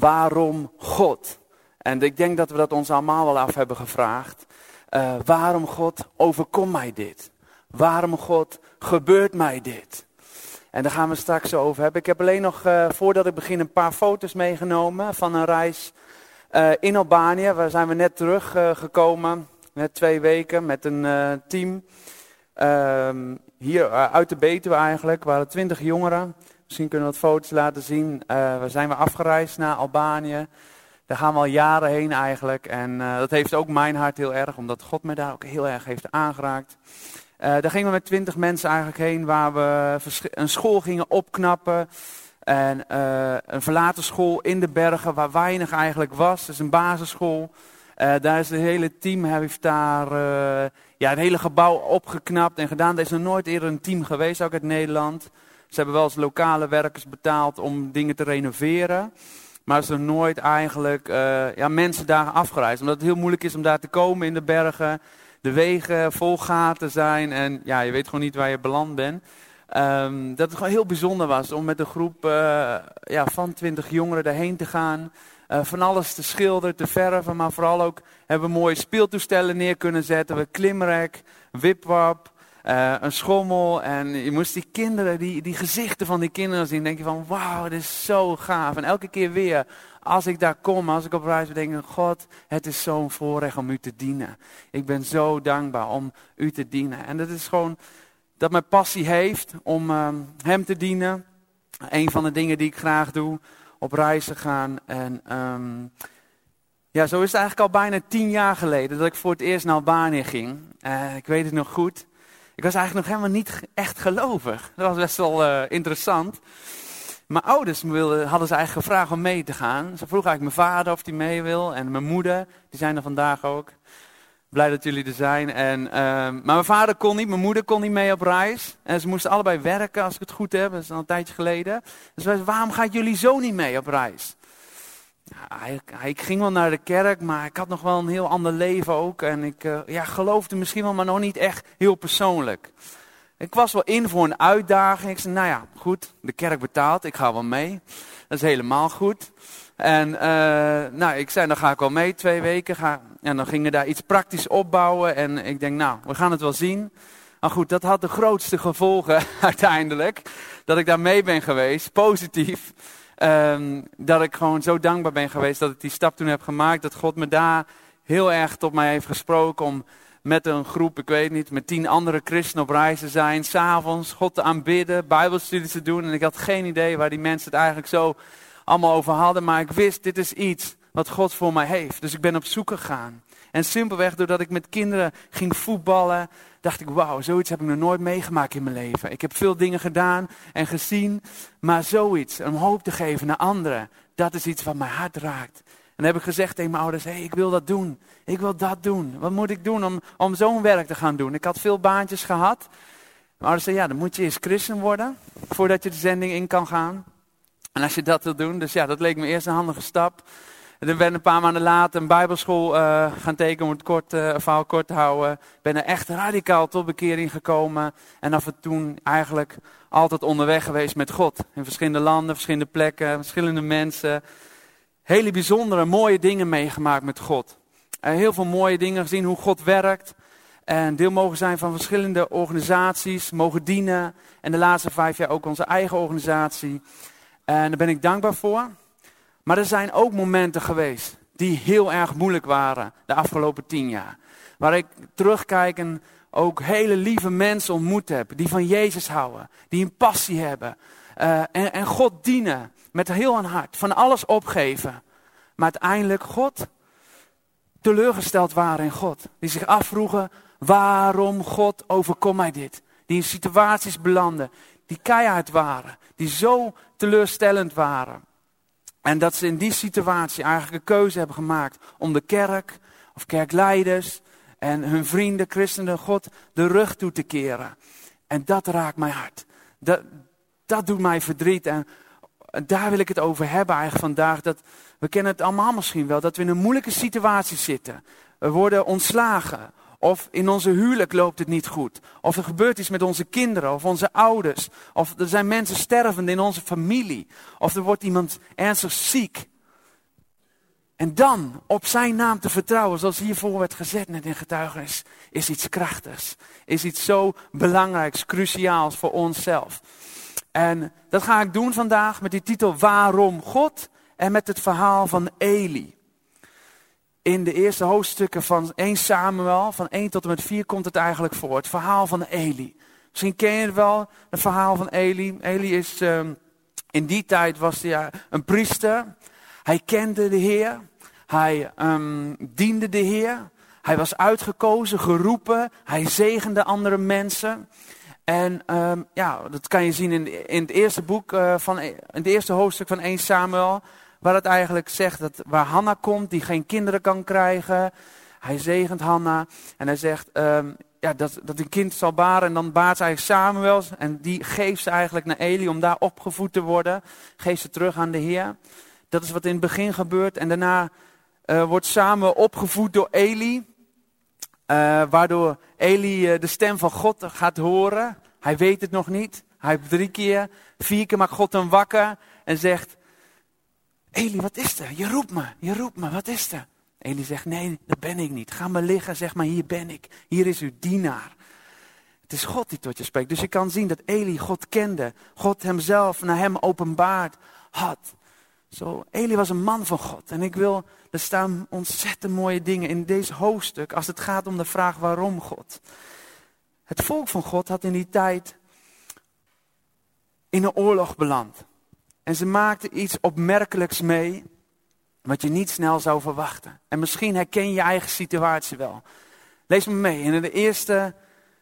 waarom God? En ik denk dat we dat ons allemaal wel af hebben gevraagd. Waarom God overkomt mij dit? Waarom God gebeurt mij dit? En daar gaan we straks zo over hebben. Ik heb alleen nog, voordat ik begin, een paar foto's meegenomen van een reis in Albanië. Waar zijn we net teruggekomen, net 2 weken met een team. Hier uit de Betuwe eigenlijk, waren 20 jongeren. Misschien kunnen we wat foto's laten zien. We zijn afgereisd naar Albanië. Daar gaan we al jaren heen eigenlijk. En dat heeft ook mijn hart heel erg, omdat God mij daar ook heel erg heeft aangeraakt. Daar gingen we met 20 mensen eigenlijk heen, waar we een school gingen opknappen. En een verlaten school in de bergen, waar weinig eigenlijk was. Dus een basisschool. Daar is het hele team, heeft daar het hele gebouw opgeknapt en gedaan. Er is nog nooit eerder een team geweest, ook uit Nederland. Ze hebben wel eens lokale werkers betaald om dingen te renoveren. Maar er is nog nooit eigenlijk mensen daar afgereisd. Omdat het heel moeilijk is om daar te komen in de bergen. De wegen vol gaten zijn en ja, je weet gewoon niet waar je beland bent. Dat het gewoon heel bijzonder was om met een groep van 20 jongeren daarheen te gaan. Van alles te schilderen, te verven, maar vooral ook hebben we mooie speeltoestellen neer kunnen zetten. We klimrek, wipwap, een schommel. En je moest die kinderen, die gezichten van die kinderen zien. Denk je van, wauw, dit is zo gaaf. En elke keer weer, als ik daar kom, als ik op reis ben, denk ik, God, het is zo'n voorrecht om u te dienen. Ik ben zo dankbaar om u te dienen. En dat is gewoon dat mijn passie heeft om hem te dienen. Een van de dingen die ik graag doe, op reizen gaan. En zo is het eigenlijk al bijna 10 jaar geleden dat ik voor het eerst naar Albanië ging. Ik weet het nog goed. Ik was eigenlijk nog helemaal niet echt gelovig. Dat was best wel interessant. Mijn ouders hadden ze eigenlijk gevraagd om mee te gaan. Ze vroegen eigenlijk mijn vader of hij mee wil. En mijn moeder, die zijn er vandaag ook. Blij dat jullie er zijn. Maar mijn vader kon niet, mijn moeder kon niet mee op reis. En ze moesten allebei werken, als ik het goed heb. Dat is al een tijdje geleden. Dus wij zeiden, waarom gaat jullie zo niet mee op reis? Ik ging wel naar de kerk, maar ik had nog wel een heel ander leven ook. En ik geloofde misschien wel, maar nog niet echt heel persoonlijk. Ik was wel in voor een uitdaging. Ik zei, nou ja, goed, de kerk betaalt, ik ga wel mee. Dat is helemaal goed. En ik zei, dan ga ik wel mee 2 weken. En dan gingen we daar iets praktisch opbouwen. En ik denk, nou, we gaan het wel zien. Maar goed, dat had de grootste gevolgen uiteindelijk. Dat ik daar mee ben geweest, positief. Dat ik gewoon zo dankbaar ben geweest dat ik die stap toen heb gemaakt. Dat God me daar heel erg tot mij heeft gesproken om met een groep, ik weet niet, met 10 andere christenen op reis te zijn. 's Avonds God te aanbidden, bijbelstudies te doen. En ik had geen idee waar die mensen het eigenlijk zo allemaal over hadden. Maar ik wist, dit is iets wat God voor mij heeft. Dus ik ben op zoek gegaan. En simpelweg doordat ik met kinderen ging voetballen, dacht ik, wauw, zoiets heb ik nog nooit meegemaakt in mijn leven. Ik heb veel dingen gedaan en gezien, maar zoiets, om hoop te geven naar anderen, dat is iets wat mijn hart raakt. En dan heb ik gezegd tegen mijn ouders, ik wil dat doen. Ik wil dat doen. Wat moet ik doen om zo'n werk te gaan doen? Ik had veel baantjes gehad. Mijn ouders zeiden, dan moet je eerst christen worden, voordat je de zending in kan gaan. En als je dat wil doen, dus dat leek me eerst een handige stap. En dan ben een paar maanden later een bijbelschool gaan tekenen, om het verhaal kort te houden. Ben er echt radicaal tot bekering gekomen. En af en toe eigenlijk altijd onderweg geweest met God. In verschillende landen, verschillende plekken, verschillende mensen. Hele bijzondere, mooie dingen meegemaakt met God. Heel veel mooie dingen gezien, hoe God werkt. En deel mogen zijn van verschillende organisaties, mogen dienen. En de laatste 5 jaar ook onze eigen organisatie. En daar ben ik dankbaar voor. Maar er zijn ook momenten geweest die heel erg moeilijk waren de afgelopen 10 jaar. Waar ik terugkijk en ook hele lieve mensen ontmoet heb. Die van Jezus houden. Die een passie hebben. En God dienen. Met heel een hart. Van alles opgeven. Maar uiteindelijk God teleurgesteld waren in God. Die zich afvroegen, waarom God overkomt mij dit? Die in situaties belanden. Die keihard waren. Die zo teleurstellend waren. En dat ze in die situatie eigenlijk een keuze hebben gemaakt om de kerk of kerkleiders en hun vrienden, christenen, God de rug toe te keren. En dat raakt mijn hart. Dat doet mij verdriet. En daar wil ik het over hebben eigenlijk vandaag. We kennen het allemaal misschien wel, dat we in een moeilijke situatie zitten. We worden ontslagen. Of in onze huwelijk loopt het niet goed. Of er gebeurt iets met onze kinderen of onze ouders. Of er zijn mensen stervend in onze familie. Of er wordt iemand ernstig ziek. En dan op zijn naam te vertrouwen, zoals hiervoor werd gezet net in getuigenis, is iets krachtigs. Is iets zo belangrijks, cruciaals voor onszelf. En dat ga ik doen vandaag met die titel Waarom God? En met het verhaal van Eli. In de eerste hoofdstukken van 1 Samuel, van 1 tot en met 4, komt het eigenlijk voor. Het verhaal van Eli. Misschien ken je het wel, het verhaal van Eli. Eli is, in die tijd was hij een priester. Hij kende de Heer. Hij diende de Heer. Hij was uitgekozen, geroepen. Hij zegende andere mensen. En dat kan je zien in het eerste boek, in het eerste hoofdstuk van 1 Samuel. Waar het eigenlijk zegt dat waar Hanna komt, die geen kinderen kan krijgen. Hij zegent Hanna en hij zegt dat een kind zal baren. En dan baart ze eigenlijk Samuel en die geeft ze eigenlijk naar Eli om daar opgevoed te worden. Geeft ze terug aan de Heer. Dat is wat in het begin gebeurt. En daarna wordt Samuel opgevoed door Eli. Waardoor Eli de stem van God gaat horen. Hij weet het nog niet. Hij heeft 3 keer, 4 keer maakt God hem wakker en zegt: Eli, wat is er? Je roept me, wat is er? Eli zegt: nee, dat ben ik niet. Ga maar liggen, zeg maar, hier ben ik. Hier is uw dienaar. Het is God die tot je spreekt. Dus je kan zien dat Eli God kende. God hemzelf naar hem openbaard had. Zo, Eli was een man van God. En er staan ontzettend mooie dingen in deze hoofdstuk als het gaat om de vraag waarom God. Het volk van God had in die tijd in een oorlog beland. En ze maakten iets opmerkelijks mee, wat je niet snel zou verwachten. En misschien herken je je eigen situatie wel. Lees me mee in de eerste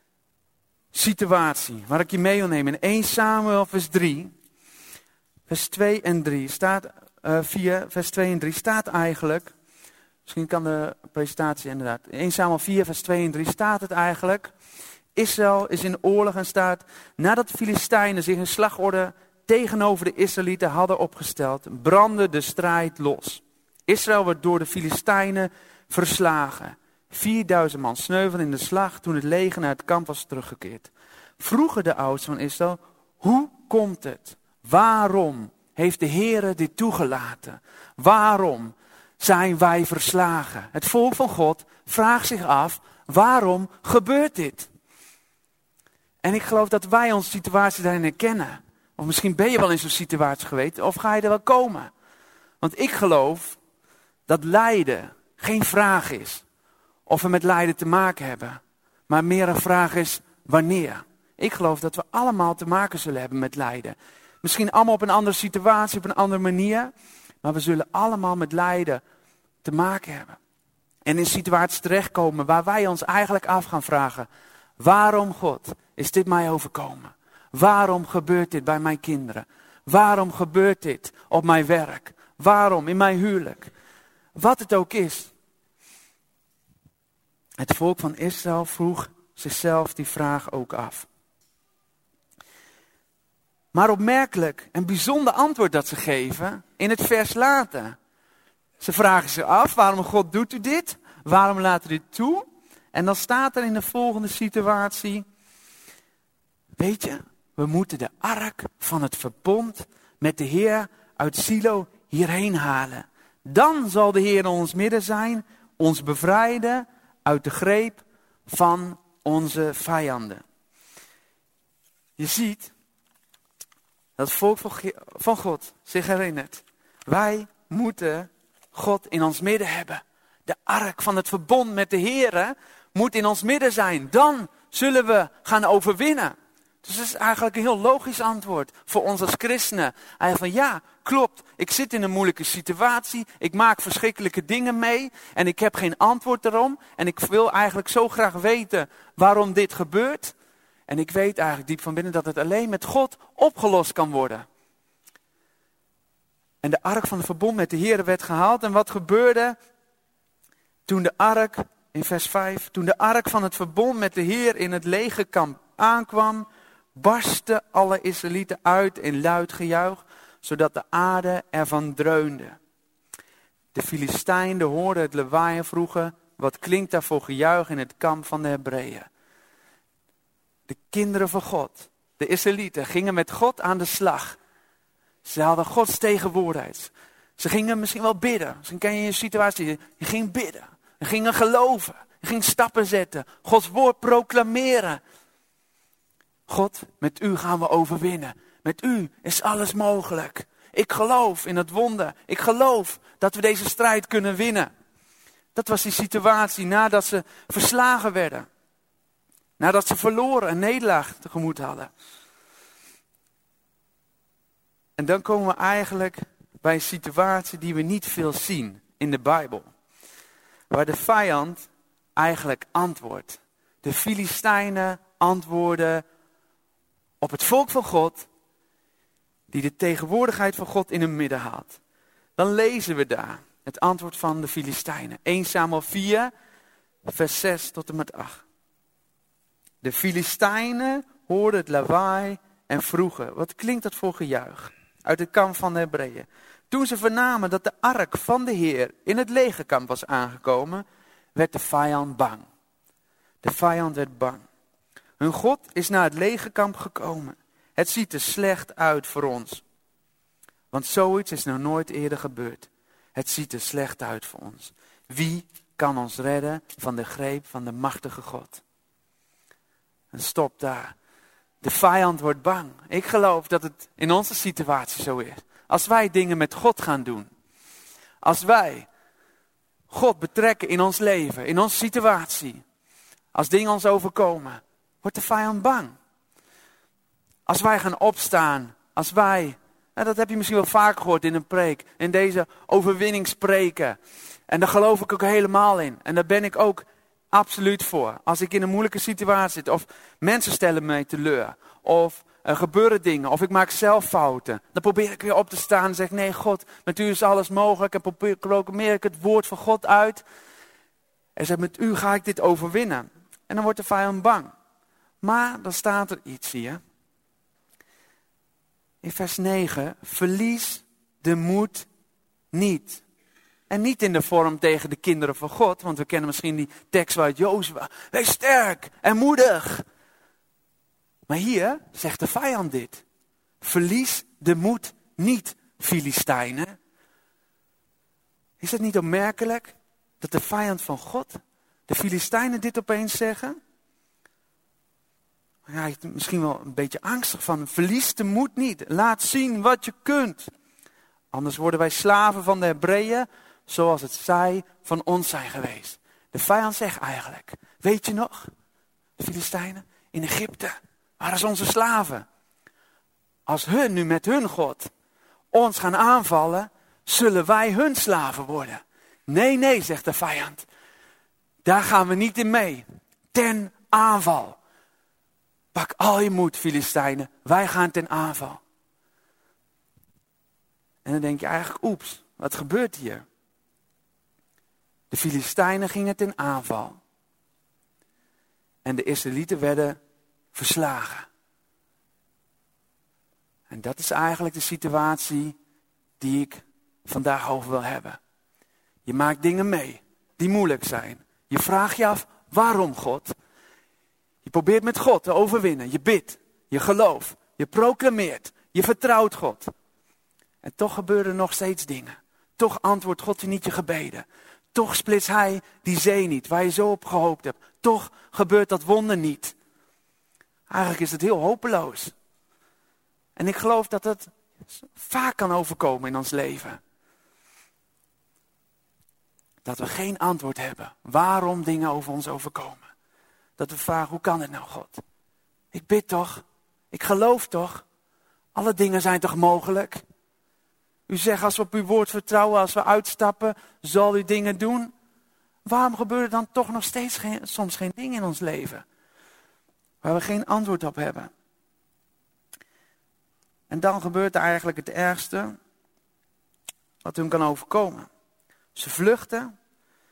situatie, waar ik je mee wil nemen. In 1 Samuel vers 3, vers 2 en 3 staat, 4, vers 2 en 3 staat eigenlijk, misschien kan de presentatie inderdaad, in 1 Samuel 4, vers 2 en 3 staat het eigenlijk. Israël is in oorlog en staat, nadat de Filistijnen zich in slagorde tegenover de Israëlieten hadden opgesteld, brandde de strijd los. Israël werd door de Filistijnen verslagen. 4000 man sneuvelden in de slag toen het leger naar het kamp was teruggekeerd. Vroegen de oudsten van Israël: hoe komt het? Waarom heeft de Heere dit toegelaten? Waarom zijn wij verslagen? Het volk van God vraagt zich af: waarom gebeurt dit? En ik geloof dat wij onze situatie daarin herkennen. Of misschien ben je wel in zo'n situatie geweest, of ga je er wel komen. Want ik geloof dat lijden geen vraag is of we met lijden te maken hebben. Maar meer een vraag is wanneer. Ik geloof dat we allemaal te maken zullen hebben met lijden. Misschien allemaal op een andere situatie, op een andere manier. Maar we zullen allemaal met lijden te maken hebben. En in situaties terechtkomen waar wij ons eigenlijk af gaan vragen: waarom, God, is dit mij overkomen? Waarom gebeurt dit bij mijn kinderen? Waarom gebeurt dit op mijn werk? Waarom in mijn huwelijk? Wat het ook is. Het volk van Israël vroeg zichzelf die vraag ook af. Maar opmerkelijk en bijzonder antwoord dat ze geven in het vers later. Ze vragen zich af: waarom, God, doet u dit? Waarom laat u dit toe? En dan staat er in de volgende situatie: weet je, we moeten de ark van het verbond met de Heer uit Silo hierheen halen. Dan zal de Heer in ons midden zijn, ons bevrijden uit de greep van onze vijanden. Je ziet dat het volk van God zich herinnert: wij moeten God in ons midden hebben. De ark van het verbond met de Heer moet in ons midden zijn. Dan zullen we gaan overwinnen. Dus dat is eigenlijk een heel logisch antwoord voor ons als christenen. Eigenlijk van ja, klopt, ik zit in een moeilijke situatie, ik maak verschrikkelijke dingen mee en ik heb geen antwoord erom. En ik wil eigenlijk zo graag weten waarom dit gebeurt. En ik weet eigenlijk diep van binnen dat het alleen met God opgelost kan worden. En de ark van het verbond met de Heer werd gehaald. En wat gebeurde toen de ark, in vers 5, toen de ark van het verbond met de Heer in het legerkamp aankwam, barstten alle Israëlieten uit in luid gejuich, zodat de aarde ervan dreunde. De Filistijnen hoorden het lawaai en vroegen: wat klinkt daar voor gejuich in het kamp van de Hebreeën? De kinderen van God, de Israëlieten, gingen met God aan de slag. Ze hadden Gods tegenwoordigheid. Ze gingen misschien wel bidden. Misschien ken je je situatie. Je ging bidden. Je ging geloven. Je ging stappen zetten. Gods woord proclameren. God, met u gaan we overwinnen. Met u is alles mogelijk. Ik geloof in het wonder. Ik geloof dat we deze strijd kunnen winnen. Dat was die situatie nadat ze verslagen werden. Nadat ze verloren, een nederlaag tegemoet hadden. En dan komen we eigenlijk bij een situatie die we niet veel zien in de Bijbel. Waar de vijand eigenlijk antwoordt. De Filistijnen antwoorden op het volk van God, die de tegenwoordigheid van God in hun midden haalt. Dan lezen we daar het antwoord van de Filistijnen. 1 Samuel 4, vers 6 tot en met 8. De Filistijnen hoorden het lawaai en vroegen, wat klinkt dat voor gejuich? Uit het kamp van de Hebreeën. Toen ze vernamen dat de ark van de Heer in het legerkamp was aangekomen, werd de vijand bang. De vijand werd bang. Hun God is naar het legerkamp gekomen. Het ziet er slecht uit voor ons. Want zoiets is nog nooit eerder gebeurd. Het ziet er slecht uit voor ons. Wie kan ons redden van de greep van de machtige God? En stop daar. De vijand wordt bang. Ik geloof dat het in onze situatie zo is. Als wij dingen met God gaan doen. Als wij God betrekken in ons leven, in onze situatie. Als dingen ons overkomen, wordt de vijand bang. Als wij gaan opstaan, als wij, dat heb je misschien wel vaak gehoord in een preek, in deze overwinningspreken. En daar geloof ik ook helemaal in. En daar ben ik ook absoluut voor. Als ik in een moeilijke situatie zit, of mensen stellen mij teleur, of er gebeuren dingen, of ik maak zelf fouten. Dan probeer ik weer op te staan en zeg, nee God, met u is alles mogelijk. En proclameer ik het woord van God uit. En zeg, met u ga ik dit overwinnen. En dan wordt de vijand bang. Maar dan staat er iets hier. In vers 9, verlies de moed niet. En niet in de vorm tegen de kinderen van God, want we kennen misschien die tekst uit Jozua. Wees sterk en moedig. Maar hier zegt de vijand dit. Verlies de moed niet, Filistijnen. Is het niet opmerkelijk dat de vijand van God, de Filistijnen, dit opeens zeggen? Ja, ik ben misschien wel een beetje angstig van. Verlies de moed niet. Laat zien wat je kunt. Anders worden wij slaven van de Hebreeën, zoals het zij van ons zijn geweest. De vijand zegt eigenlijk, weet je nog, de Filistijnen, in Egypte waren ze onze slaven. Als hun nu met hun God ons gaan aanvallen, zullen wij hun slaven worden. Nee, nee, zegt de vijand. Daar gaan we niet in mee. Ten aanval. Pak al je moed, Filistijnen. Wij gaan ten aanval. En dan denk je eigenlijk, oeps, wat gebeurt hier? De Filistijnen gingen ten aanval. En de Israëlieten werden verslagen. En dat is eigenlijk de situatie die ik vandaag over wil hebben. Je maakt dingen mee die moeilijk zijn. Je vraagt je af, waarom God? Je probeert met God te overwinnen. Je bidt, je gelooft, je proclameert, je vertrouwt God. En toch gebeuren er nog steeds dingen. Toch antwoordt God je niet je gebeden. Toch splitst hij die zee niet, waar je zo op gehoopt hebt. Toch gebeurt dat wonder niet. Eigenlijk is het heel hopeloos. En ik geloof dat het vaak kan overkomen in ons leven. Dat we geen antwoord hebben waarom dingen over ons overkomen. Dat we vragen, hoe kan het nou, God? Ik bid toch? Ik geloof toch? Alle dingen zijn toch mogelijk? U zegt, als we op uw woord vertrouwen, als we uitstappen, zal u dingen doen. Waarom gebeuren dan toch nog steeds soms geen dingen in ons leven? Waar we geen antwoord op hebben. En dan gebeurt er eigenlijk het ergste wat hun kan overkomen. Ze vluchten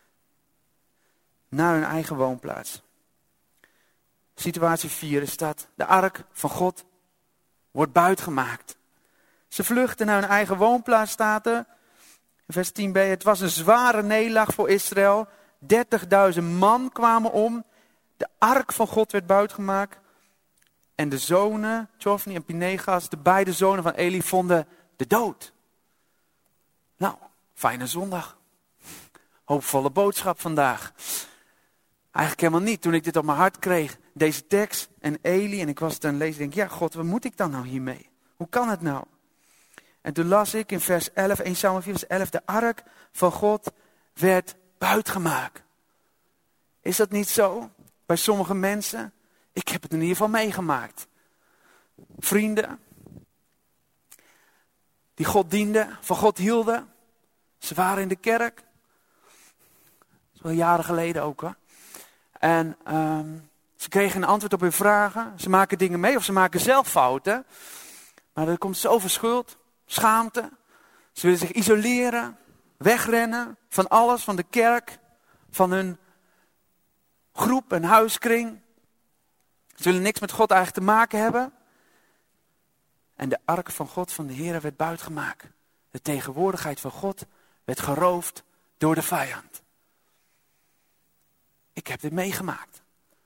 naar hun eigen woonplaats. Situatie 4 is dat de ark van God wordt buitgemaakt. Ze vluchten naar hun eigen woonplaats, staat er. In vers 10b, het was een zware nederlaag voor Israël. 30.000 man kwamen om. De ark van God werd buitgemaakt. En de zonen, Tjofni en Pinegas, de beide zonen van Eli, vonden de dood. Nou, fijne zondag. Hoopvolle boodschap vandaag. Eigenlijk helemaal niet. Toen ik dit op mijn hart kreeg, deze tekst en Eli, en ik was het aan het lezen, denk ik, ja God, wat moet ik dan nou hiermee? Hoe kan het nou? En toen las ik in vers 11, 1 Samuel 4 vers 11, de ark van God werd buitgemaakt. Is dat niet zo? Bij sommige mensen? Ik heb het in ieder geval meegemaakt. Vrienden, die God dienden, van God hielden. Ze waren in de kerk. Dat is wel jaren geleden ook hoor. En ze kregen een antwoord op hun vragen. Ze maken dingen mee of ze maken zelf fouten. Maar er komt zoveel schuld, schaamte. Ze willen zich isoleren, wegrennen van alles, van de kerk, van hun groep en huiskring. Ze willen niks met God eigenlijk te maken hebben. En de ark van God, van de Heer, werd buitgemaakt. De tegenwoordigheid van God werd geroofd door de vijand. Ik heb dit meegemaakt.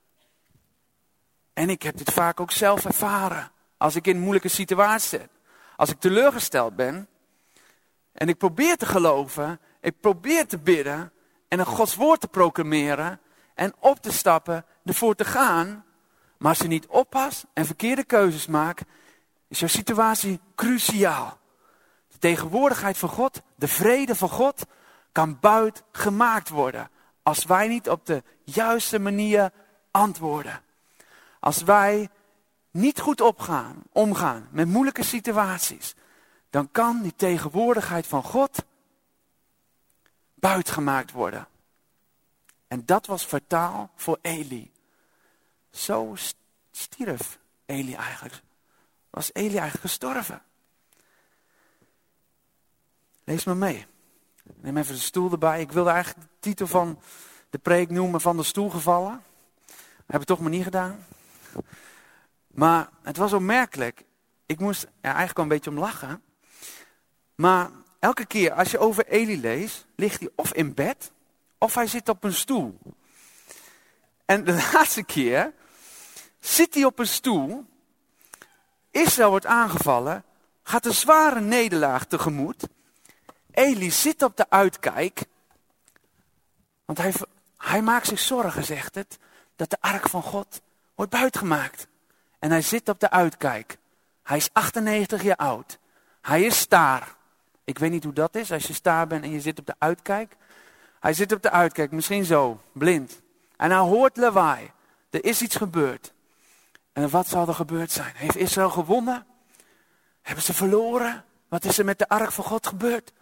En ik heb dit vaak ook zelf ervaren. Als ik in een moeilijke situatie zit. Als ik teleurgesteld ben. En ik probeer te geloven. Ik probeer te bidden. En een Gods woord te proclameren. En op te stappen. Ervoor te gaan. Maar als je niet oppast en verkeerde keuzes maakt. Is jouw situatie cruciaal. De tegenwoordigheid van God. De vrede van God. Kan buitgemaakt worden. Als wij niet op de juiste manier antwoorden. Als wij niet goed omgaan met moeilijke situaties. Dan kan die tegenwoordigheid van God buitgemaakt worden. En dat was fataal voor Eli. Zo stierf Eli eigenlijk. Was Eli eigenlijk gestorven. Lees maar mee. Neem even de stoel erbij. Ik wilde eigenlijk de titel van de preek noemen van de stoel gevallen. Heb ik toch maar niet gedaan. Maar het was opmerkelijk. Ik moest er eigenlijk wel een beetje om lachen. Maar elke keer als je over Eli leest, ligt hij of in bed, of hij zit op een stoel. En de laatste keer zit hij op een stoel. Israël wordt aangevallen, gaat een zware nederlaag tegemoet. Eli zit op de uitkijk, want hij maakt zich zorgen, zegt het, dat de ark van God wordt buitgemaakt. En hij zit op de uitkijk. Hij is 98 jaar oud. Hij is staar. Ik weet niet hoe dat is als je staar bent en je zit op de uitkijk. Hij zit op de uitkijk, misschien zo, blind. En hij hoort lawaai. Er is iets gebeurd. En wat zal er gebeurd zijn? Heeft Israël gewonnen? Hebben ze verloren? Wat is er met de ark van God gebeurd?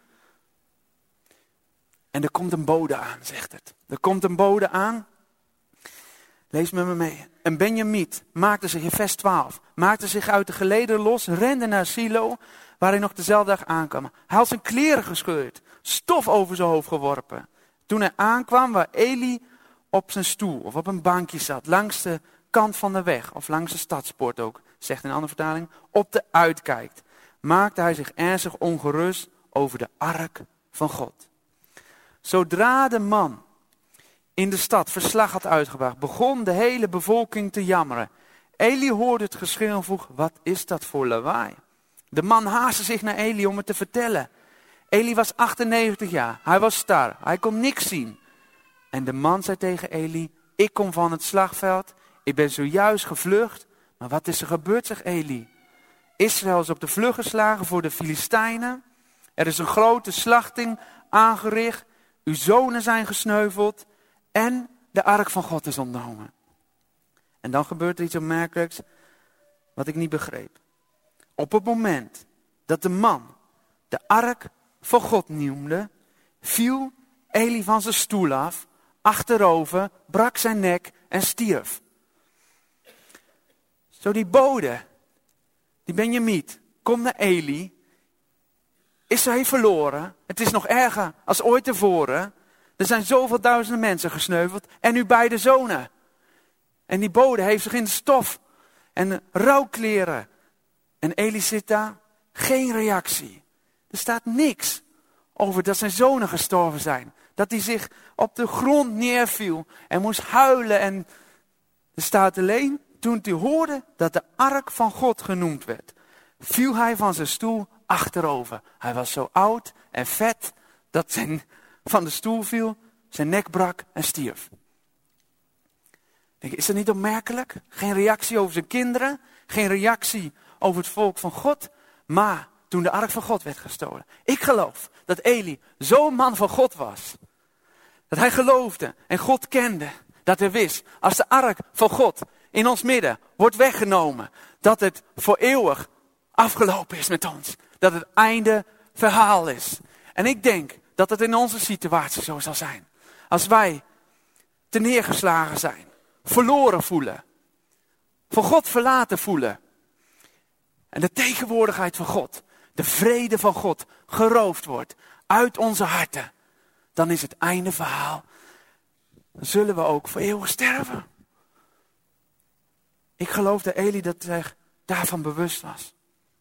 En er komt een bode aan, zegt het. Er komt een bode aan. Lees met me mee. En Benjamiet maakte zich in vers 12. Maakte zich uit de gelederen los. Rende naar Silo. Waar hij nog dezelfde dag aankwam. Hij had zijn kleren gescheurd. Stof over zijn hoofd geworpen. Toen hij aankwam waar Eli op zijn stoel. Of op een bankje zat. Langs de kant van de weg. Of langs de stadspoort ook. Zegt in een andere vertaling. Op de uitkijk. Maakte hij zich ernstig ongerust over de ark van God. Zodra de man in de stad verslag had uitgebracht, begon de hele bevolking te jammeren. Eli hoorde het geschreeuw en vroeg, wat is dat voor lawaai? De man haastte zich naar Eli om het te vertellen. Eli was 98 jaar, hij was star, hij kon niks zien. En de man zei tegen Eli, ik kom van het slagveld, ik ben zojuist gevlucht. Maar wat is er gebeurd, zegt Eli? Israël is op de vlucht geslagen voor de Filistijnen. Er is een grote slachting aangericht. Uw zonen zijn gesneuveld. En de ark van God is ontnomen. En dan gebeurt er iets opmerkelijks wat ik niet begreep. Op het moment dat de man de ark van God noemde, viel Eli van zijn stoel af, achterover, brak zijn nek en stierf. Zo die bode, die Benjamiet, komt naar Eli. Israël heeft verloren. Het is nog erger als ooit tevoren. Er zijn zoveel duizenden mensen gesneuveld. En nu beide zonen. En die bode heeft zich in de stof. En rouwkleren. En Eli zit daar. Geen reactie. Er staat niks over dat zijn zonen gestorven zijn. Dat hij zich op de grond neerviel. En moest huilen. En er staat alleen. Toen hij hoorde dat de ark van God genoemd werd. Viel hij van zijn stoel achterover. Hij was zo oud en vet dat zijn van de stoel viel, zijn nek brak en stierf. Denk, is dat niet opmerkelijk? Geen reactie over zijn kinderen, geen reactie over het volk van God, maar toen de ark van God werd gestolen. Ik geloof dat Eli zo'n man van God was. Dat hij geloofde en God kende. Dat hij wist, als de ark van God in ons midden wordt weggenomen, dat het voor eeuwig afgelopen is met ons. Dat het einde verhaal is. En ik denk dat het in onze situatie zo zal zijn. Als wij terneergeslagen zijn, verloren voelen, voor God verlaten voelen. En de tegenwoordigheid van God, de vrede van God geroofd wordt uit onze harten. Dan is het einde verhaal. Dan zullen we ook voor eeuwig sterven. Ik geloof dat Eli dat zich daarvan bewust was.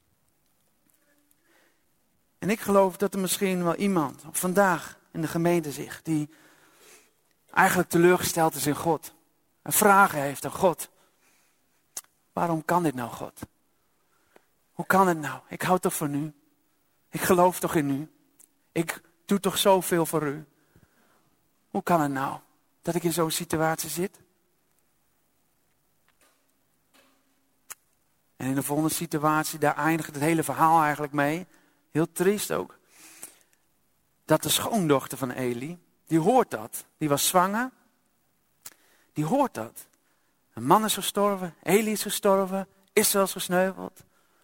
En ik geloof dat er misschien wel iemand vandaag in de gemeente zit die eigenlijk teleurgesteld is in God. En vragen heeft aan God. Waarom kan dit nou, God? Hoe kan het nou? Ik hou toch van u. Ik geloof toch in u. Ik doe toch zoveel voor u. Hoe kan het nou dat ik in zo'n situatie zit? En in de volgende situatie, daar eindigt het hele verhaal eigenlijk mee. Heel triest ook. Dat de schoondochter van Eli, die hoort dat. Die was zwanger. Die hoort dat. Een man is gestorven. Eli is gestorven. Israël is gesneuveld.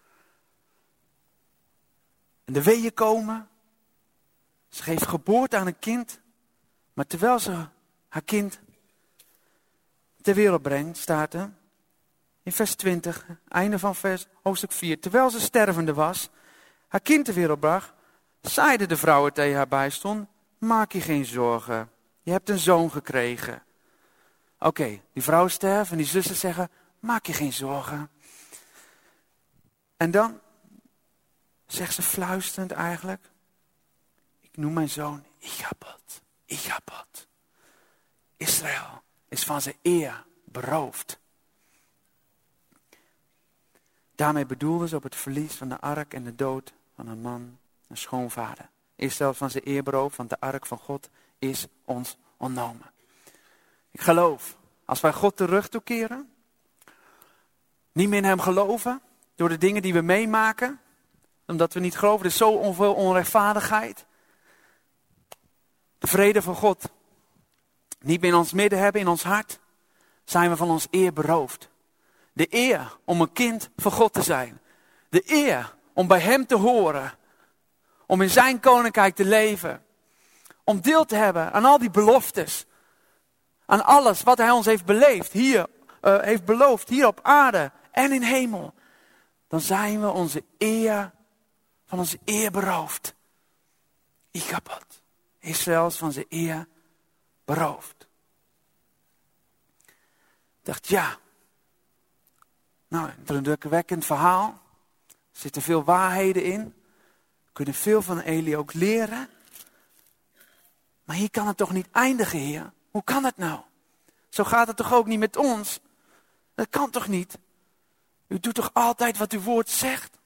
En de weeën komen. Ze geeft geboorte aan een kind. Maar terwijl ze haar kind ter wereld brengt, staat er in vers 20, einde van hoofdstuk 4. Terwijl ze stervende was, haar kind ter wereld bracht, zeide de vrouw er tegen haar bij stond, maak je geen zorgen, je hebt een zoon gekregen. Oké, die vrouw sterft en die zussen zeggen, maak je geen zorgen. En dan zegt ze fluisterend eigenlijk, ik noem mijn zoon Ichabod. Ichabod. Israël is van zijn eer beroofd. Daarmee bedoelde ze op het verlies van de ark en de dood van een man, een schoonvader. Israël is van zijn eer beroofd, want de ark van God is ons ontnomen. Ik geloof, als wij God de rug toekeren, niet meer in hem geloven, door de dingen die we meemaken, omdat we niet geloven, er is zo onveel onrechtvaardigheid. De vrede van God niet meer in ons midden hebben, in ons hart, zijn we van ons eer beroofd. De eer om een kind van God te zijn. De eer om bij hem te horen. Om in zijn koninkrijk te leven. Om deel te hebben aan al die beloftes. Aan alles wat hij ons heeft beleefd. Heeft beloofd hier op aarde en in hemel. Dan zijn we van onze eer beroofd. Ichabod. Israël is van zijn eer beroofd. Ik dacht, ja. Nou, een indrukwekkend verhaal. Er zitten veel waarheden in. We kunnen veel van Eli ook leren. Maar hier kan het toch niet eindigen, Heer? Hoe kan het nou? Zo gaat het toch ook niet met ons? Dat kan toch niet? U doet toch altijd wat uw woord zegt?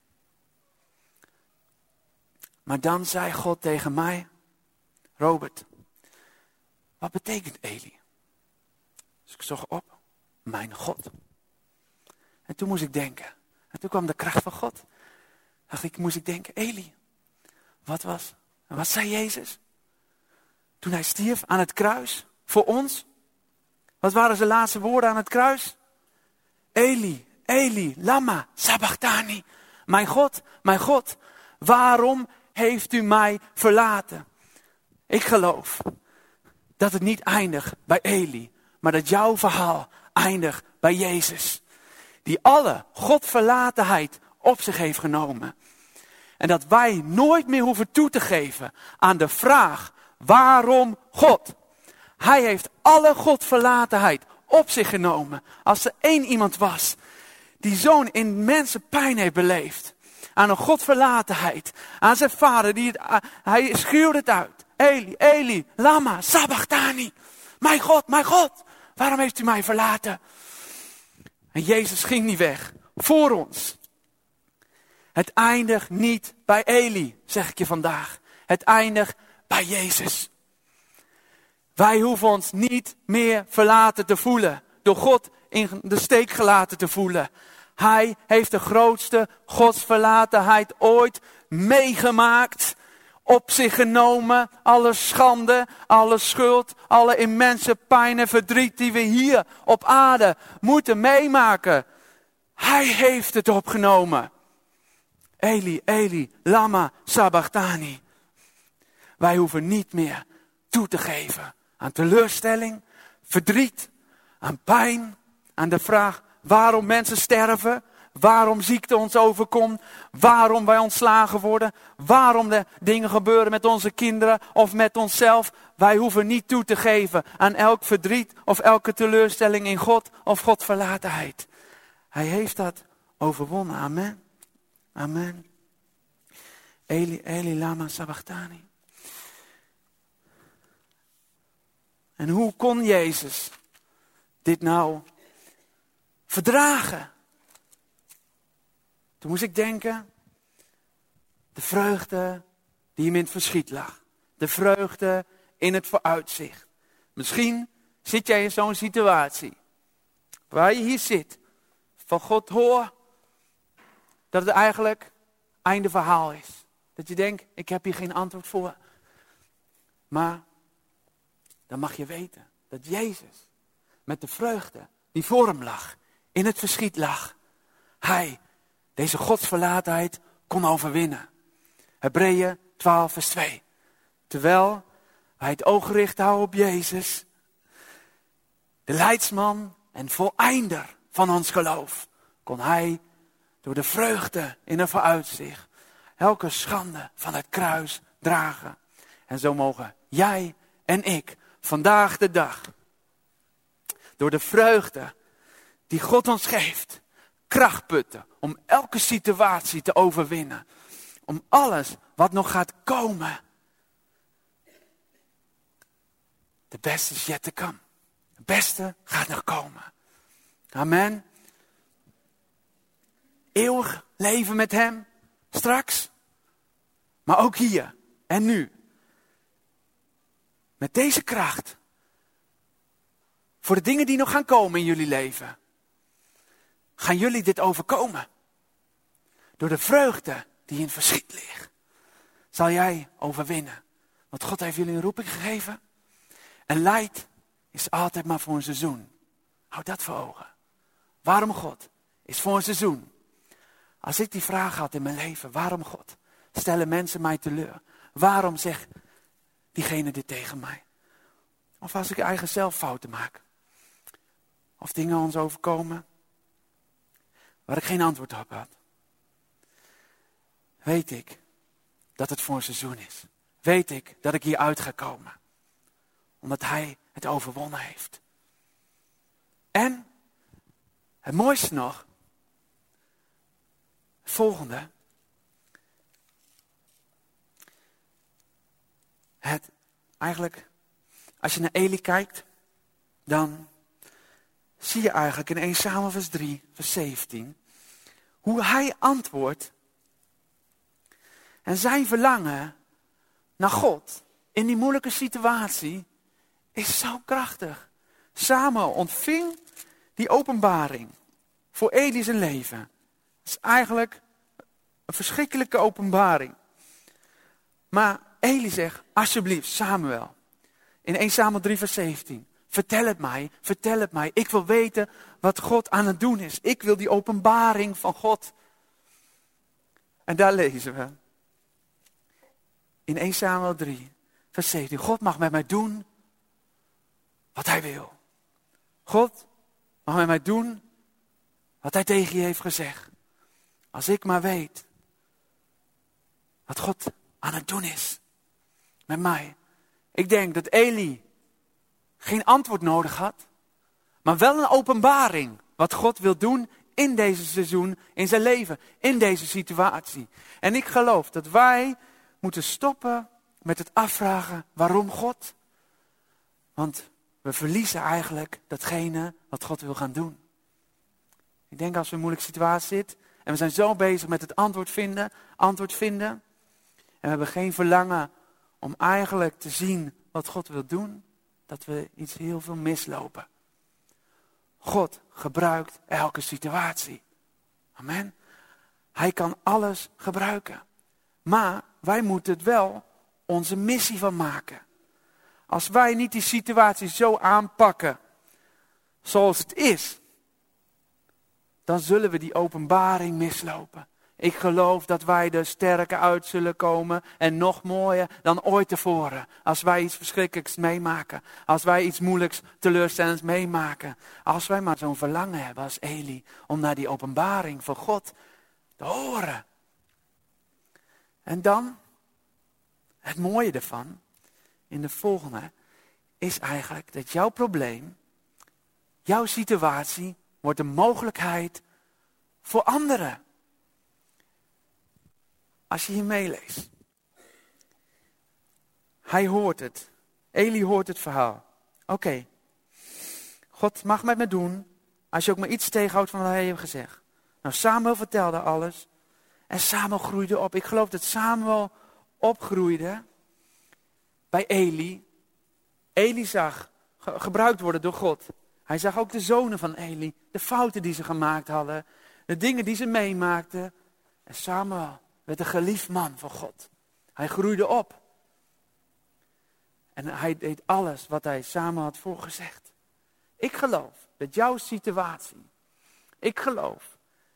Maar dan zei God tegen mij, Robert, wat betekent Eli? Dus ik zocht op, mijn God. En toen moest ik denken. En toen kwam de kracht van God. Moest ik denken, Eli, wat zei Jezus? Toen hij stierf aan het kruis, voor ons. Wat waren zijn laatste woorden aan het kruis? Eli, Eli, lama sabachthani. Mijn God, waarom heeft u mij verlaten? Ik geloof dat het niet eindigt bij Eli, maar dat jouw verhaal eindigt bij Jezus. Die alle Godverlatenheid op zich heeft genomen. En dat wij nooit meer hoeven toe te geven aan de vraag, waarom God? Hij heeft alle Godverlatenheid op zich genomen. Als er één iemand was die zo'n immense pijn heeft beleefd. Aan een Godverlatenheid. Aan zijn vader, hij schreeuwde het uit. Eli, Eli, lama sabachthani. Mijn God, waarom heeft u mij verlaten? En Jezus ging niet weg. Voor ons. Het eindigt niet bij Eli, zeg ik je vandaag. Het eindigt bij Jezus. Wij hoeven ons niet meer verlaten te voelen. Door God in de steek gelaten te voelen. Hij heeft de grootste godsverlatenheid ooit meegemaakt. Op zich genomen. Alle schande, alle schuld, alle immense pijn en verdriet die we hier op aarde moeten meemaken. Hij heeft het opgenomen. Eli, Eli, lama sabachthani. Wij hoeven niet meer toe te geven aan teleurstelling, verdriet, aan pijn, aan de vraag waarom mensen sterven, waarom ziekte ons overkomt, waarom wij ontslagen worden, waarom er dingen gebeuren met onze kinderen of met onszelf. Wij hoeven niet toe te geven aan elk verdriet of elke teleurstelling in God of Godverlatenheid. Hij heeft dat overwonnen. Amen. Amen. Eli, Eli, lama sabachthani. En hoe kon Jezus dit nou verdragen? Toen moest ik denken, de vreugde die hem in het verschiet lag. De vreugde in het vooruitzicht. Misschien zit jij in zo'n situatie, waar je hier zit, van God hoor, dat het eigenlijk einde verhaal is. Dat je denkt, ik heb hier geen antwoord voor. Maar dan mag je weten dat Jezus met de vreugde die voor hem lag, in het verschiet lag, hij deze godsverlatenheid kon overwinnen. Hebreeën 12 vers 2. Terwijl wij het oog gericht houden op Jezus, de leidsman en voleinder van ons geloof, kon hij door de vreugde in een vooruitzicht elke schande van het kruis dragen. En zo mogen jij en ik vandaag de dag door de vreugde die God ons geeft, kracht putten om elke situatie te overwinnen. Om alles wat nog gaat komen. De beste is yet to come. Het beste gaat nog komen. Amen. Eeuwig leven met hem. Straks. Maar ook hier en nu. Met deze kracht. Voor de dingen die nog gaan komen in jullie leven. Gaan jullie dit overkomen? Door de vreugde die in het verschiet ligt. Zal jij overwinnen. Want God heeft jullie een roeping gegeven. En lijdt is altijd maar voor een seizoen. Houd dat voor ogen. Waarom God is voor een seizoen. Als ik die vraag had in mijn leven. Waarom God? Stellen mensen mij teleur. Waarom zegt diegene dit tegen mij? Of als ik eigen zelf fouten maak. Of dingen ons overkomen. Waar ik geen antwoord op had. Weet ik dat het voor een seizoen is. Weet ik dat ik hieruit ga komen. Omdat hij het overwonnen heeft. En het mooiste nog. Het volgende. Eigenlijk, als je naar Eli kijkt. Dan zie je eigenlijk in 1 Samuel vers 3, vers 17. Hoe hij antwoordt. En zijn verlangen naar God in die moeilijke situatie is zo krachtig. Samuel ontving die openbaring voor Eli zijn leven. Het is eigenlijk een verschrikkelijke openbaring. Maar Eli zegt, alsjeblieft Samuel, in 1 Samuel 3 vers 17. Vertel het mij. Ik wil weten wat God aan het doen is. Ik wil die openbaring van God. En daar lezen we. In 1 Samuel 3, vers 17. God mag met mij doen wat hij wil. God mag met mij doen wat hij tegen je heeft gezegd. Als ik maar weet wat God aan het doen is met mij. Ik denk dat Eli geen antwoord nodig had, maar wel een openbaring wat God wil doen in deze seizoen, in zijn leven, in deze situatie. En ik geloof dat wij moeten stoppen met het afvragen waarom God. Want we verliezen eigenlijk datgene wat God wil gaan doen. Ik denk als we in een moeilijke situatie zitten en we zijn zo bezig met het antwoord vinden. En we hebben geen verlangen om eigenlijk te zien wat God wil doen, dat we iets heel veel mislopen. God gebruikt elke situatie. Amen. Hij kan alles gebruiken. Maar wij moeten het wel onze missie van maken. Als wij niet die situatie zo aanpakken zoals het is, dan zullen we die openbaring mislopen. Ik geloof dat wij er sterker uit zullen komen en nog mooier dan ooit tevoren. Als wij iets verschrikkelijks meemaken. Als wij iets moeilijks, teleurstellends meemaken. Als wij maar zo'n verlangen hebben als Eli om naar die openbaring van God te horen. En dan, het mooie ervan, in de volgende, is eigenlijk dat jouw probleem, jouw situatie, wordt een mogelijkheid voor anderen. Als je hier meeleest. Hij hoort het. Eli hoort het verhaal. Oké. God mag met me doen. Als je ook maar iets tegenhoudt van wat hij heeft gezegd. Nou, Samuel vertelde alles. En Samuel groeide op. Ik geloof dat Samuel opgroeide bij Eli. Eli zag gebruikt worden door God. Hij zag ook de zonen van Eli. De fouten die ze gemaakt hadden. De dingen die ze meemaakten. En Samuel werd een geliefd man van God. Hij groeide op. En hij deed alles wat hij Samuel had voorgezegd. Ik geloof dat jouw situatie. Ik geloof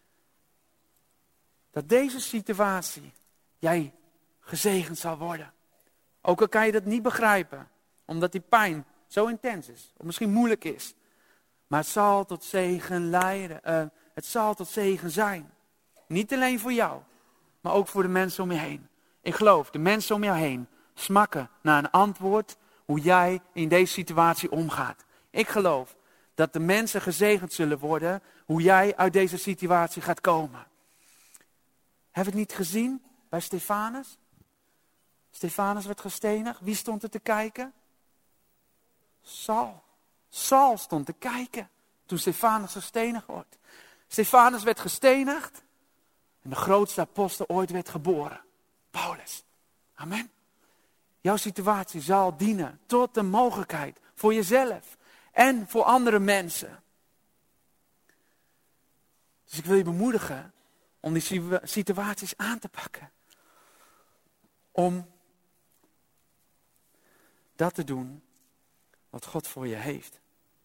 dat deze situatie jij gezegend zal worden. Ook al kan je dat niet begrijpen. Omdat die pijn zo intens is. Of misschien moeilijk is. Maar het zal tot zegen leiden. Het zal tot zegen zijn. Niet alleen voor jou. Maar ook voor de mensen om je heen. Ik geloof, de mensen om jou heen smakken naar een antwoord hoe jij in deze situatie omgaat. Ik geloof dat de mensen gezegend zullen worden hoe jij uit deze situatie gaat komen. Heb je het niet gezien bij Stefanus? Stefanus werd gestenigd. Wie stond er te kijken? Saul. Saul stond te kijken toen Stefanus gestenigd wordt. Stefanus werd gestenigd. En de grootste apostel ooit werd geboren. Paulus. Amen. Jouw situatie zal dienen tot de mogelijkheid voor jezelf. En voor andere mensen. Dus ik wil je bemoedigen om die situaties aan te pakken. Om dat te doen wat God voor je heeft.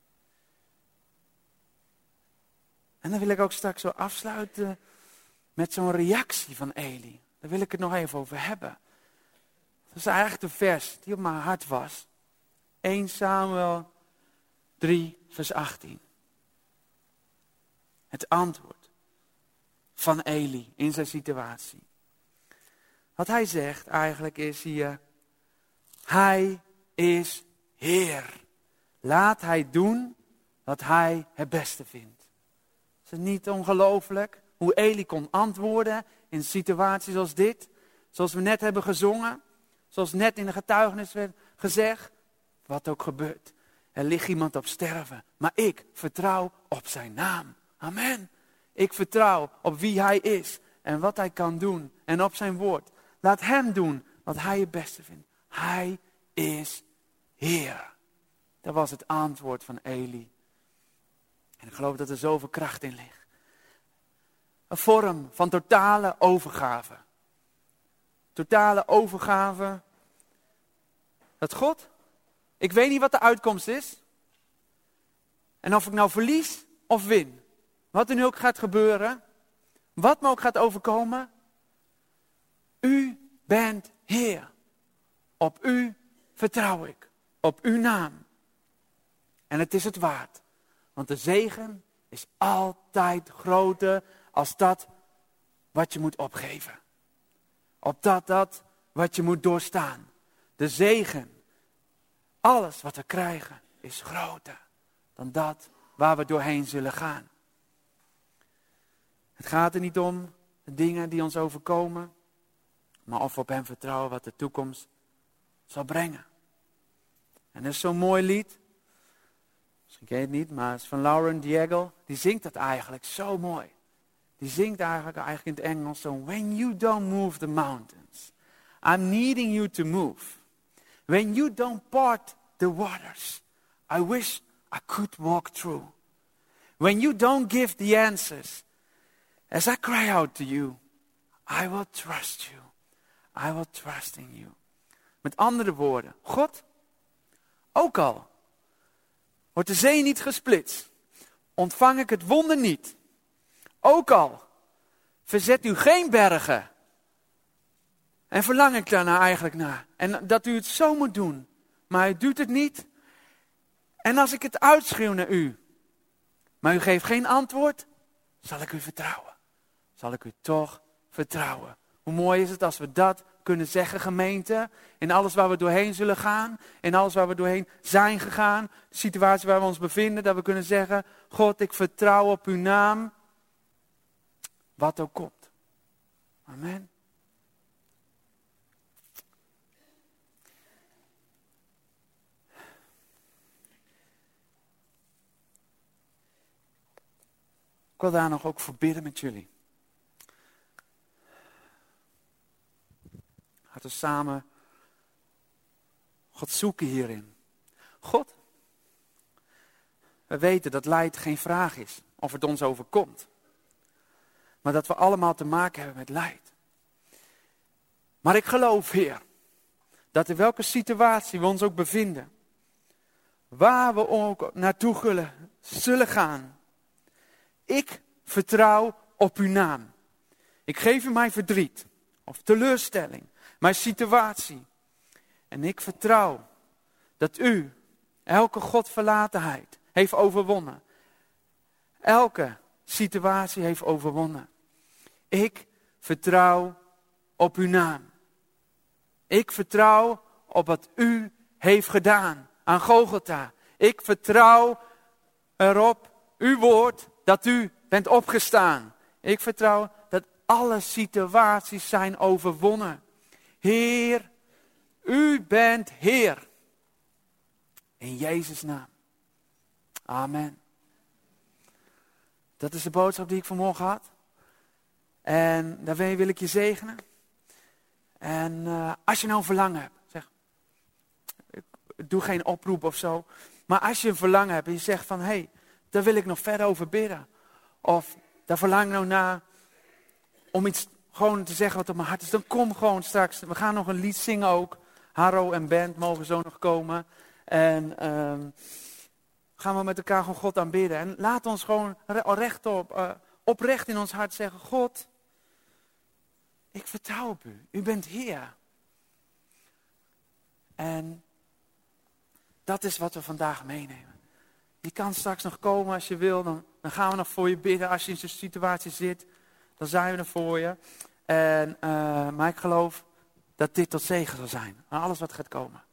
En dan wil ik ook straks zo afsluiten met zo'n reactie van Eli. Daar wil ik het nog even over hebben. Dat is eigenlijk de vers die op mijn hart was. 1 Samuel 3 vers 18. Het antwoord van Eli in zijn situatie. Wat hij zegt eigenlijk is hier. Hij is Heer. Laat hij doen wat hij het beste vindt. Is het niet ongelooflijk hoe Eli kon antwoorden in situaties als dit? Zoals we net hebben gezongen. Zoals net in de getuigenis werd gezegd. Wat ook gebeurt. Er ligt iemand op sterven. Maar ik vertrouw op zijn naam. Amen. Ik vertrouw op wie hij is. En wat hij kan doen. En op zijn woord. Laat hem doen wat hij het beste vindt. Hij is Heer. Dat was het antwoord van Eli. En ik geloof dat er zoveel kracht in ligt. Een vorm van totale overgave. Totale overgave. Dat God, ik weet niet wat de uitkomst is. En of ik nou verlies of win. Wat er nu ook gaat gebeuren. Wat me ook gaat overkomen. U bent Heer. Op u vertrouw ik. Op uw naam. En het is het waard. Want de zegen is altijd groter als dat wat je moet opgeven. Op dat wat je moet doorstaan. De zegen, alles wat we krijgen, is groter dan dat waar we doorheen zullen gaan. Het gaat er niet om de dingen die ons overkomen, maar of we op hem vertrouwen wat de toekomst zal brengen. En er is zo'n mooi lied. Misschien ken je het niet, maar het is van Lauren Diego. Die zingt dat eigenlijk zo mooi. Die zingt eigenlijk in het Engels zo. When you don't move the mountains, I'm needing you to move. When you don't part the waters, I wish I could walk through. When you don't give the answers, as I cry out to you, I will trust you. I will trust in you. Met andere woorden, God, ook al wordt de zee niet gesplitst, ontvang ik het wonder niet. Ook al verzet u geen bergen. En verlang ik daarna eigenlijk naar. En dat u het zo moet doen. Maar u doet het niet. En als ik het uitschreeuw naar u, maar u geeft geen antwoord, zal ik u vertrouwen. Zal ik u toch vertrouwen. Hoe mooi is het als we dat kunnen zeggen, gemeente. In alles waar we doorheen zullen gaan. In alles waar we doorheen zijn gegaan. De situatie waar we ons bevinden. Dat we kunnen zeggen, God, ik vertrouw op uw naam. Wat ook komt. Amen. Ik wil daar nog ook voor bidden met jullie. Laten we samen God zoeken hierin. God, we weten dat lijden geen vraag is of het ons overkomt. Maar dat we allemaal te maken hebben met lijden. Maar ik geloof, Heer, dat in welke situatie we ons ook bevinden, waar we ook naartoe zullen gaan, ik vertrouw op uw naam. Ik geef u mijn verdriet of teleurstelling, mijn situatie. En ik vertrouw dat u elke godverlatenheid heeft overwonnen. Elke situatie heeft overwonnen. Ik vertrouw op uw naam. Ik vertrouw op wat u heeft gedaan aan Golgotha. Ik vertrouw erop, uw woord, dat u bent opgestaan. Ik vertrouw dat alle situaties zijn overwonnen. Heer, u bent Heer. In Jezus' naam. Amen. Dat is de boodschap die ik vanmorgen had. En daarmee wil ik je zegenen. En als je nou een verlangen hebt, zeg, ik doe geen oproep of zo. Maar als je een verlangen hebt en je zegt van, hé, daar wil ik nog verder over bidden. Of daar verlang ik nou naar om iets gewoon te zeggen wat op mijn hart is. Dan kom gewoon straks. We gaan nog een lied zingen ook. Harro en band mogen zo nog komen. En gaan we met elkaar gewoon God aanbidden. En laat ons gewoon oprecht in ons hart zeggen, God, ik vertrouw op u. U bent Heer. En dat is wat we vandaag meenemen. Je kan straks nog komen als je wil. Dan gaan we nog voor je bidden. Als je in zo'n situatie zit, dan zijn we er voor je. Maar ik geloof dat dit tot zegen zal zijn. Aan alles wat gaat komen.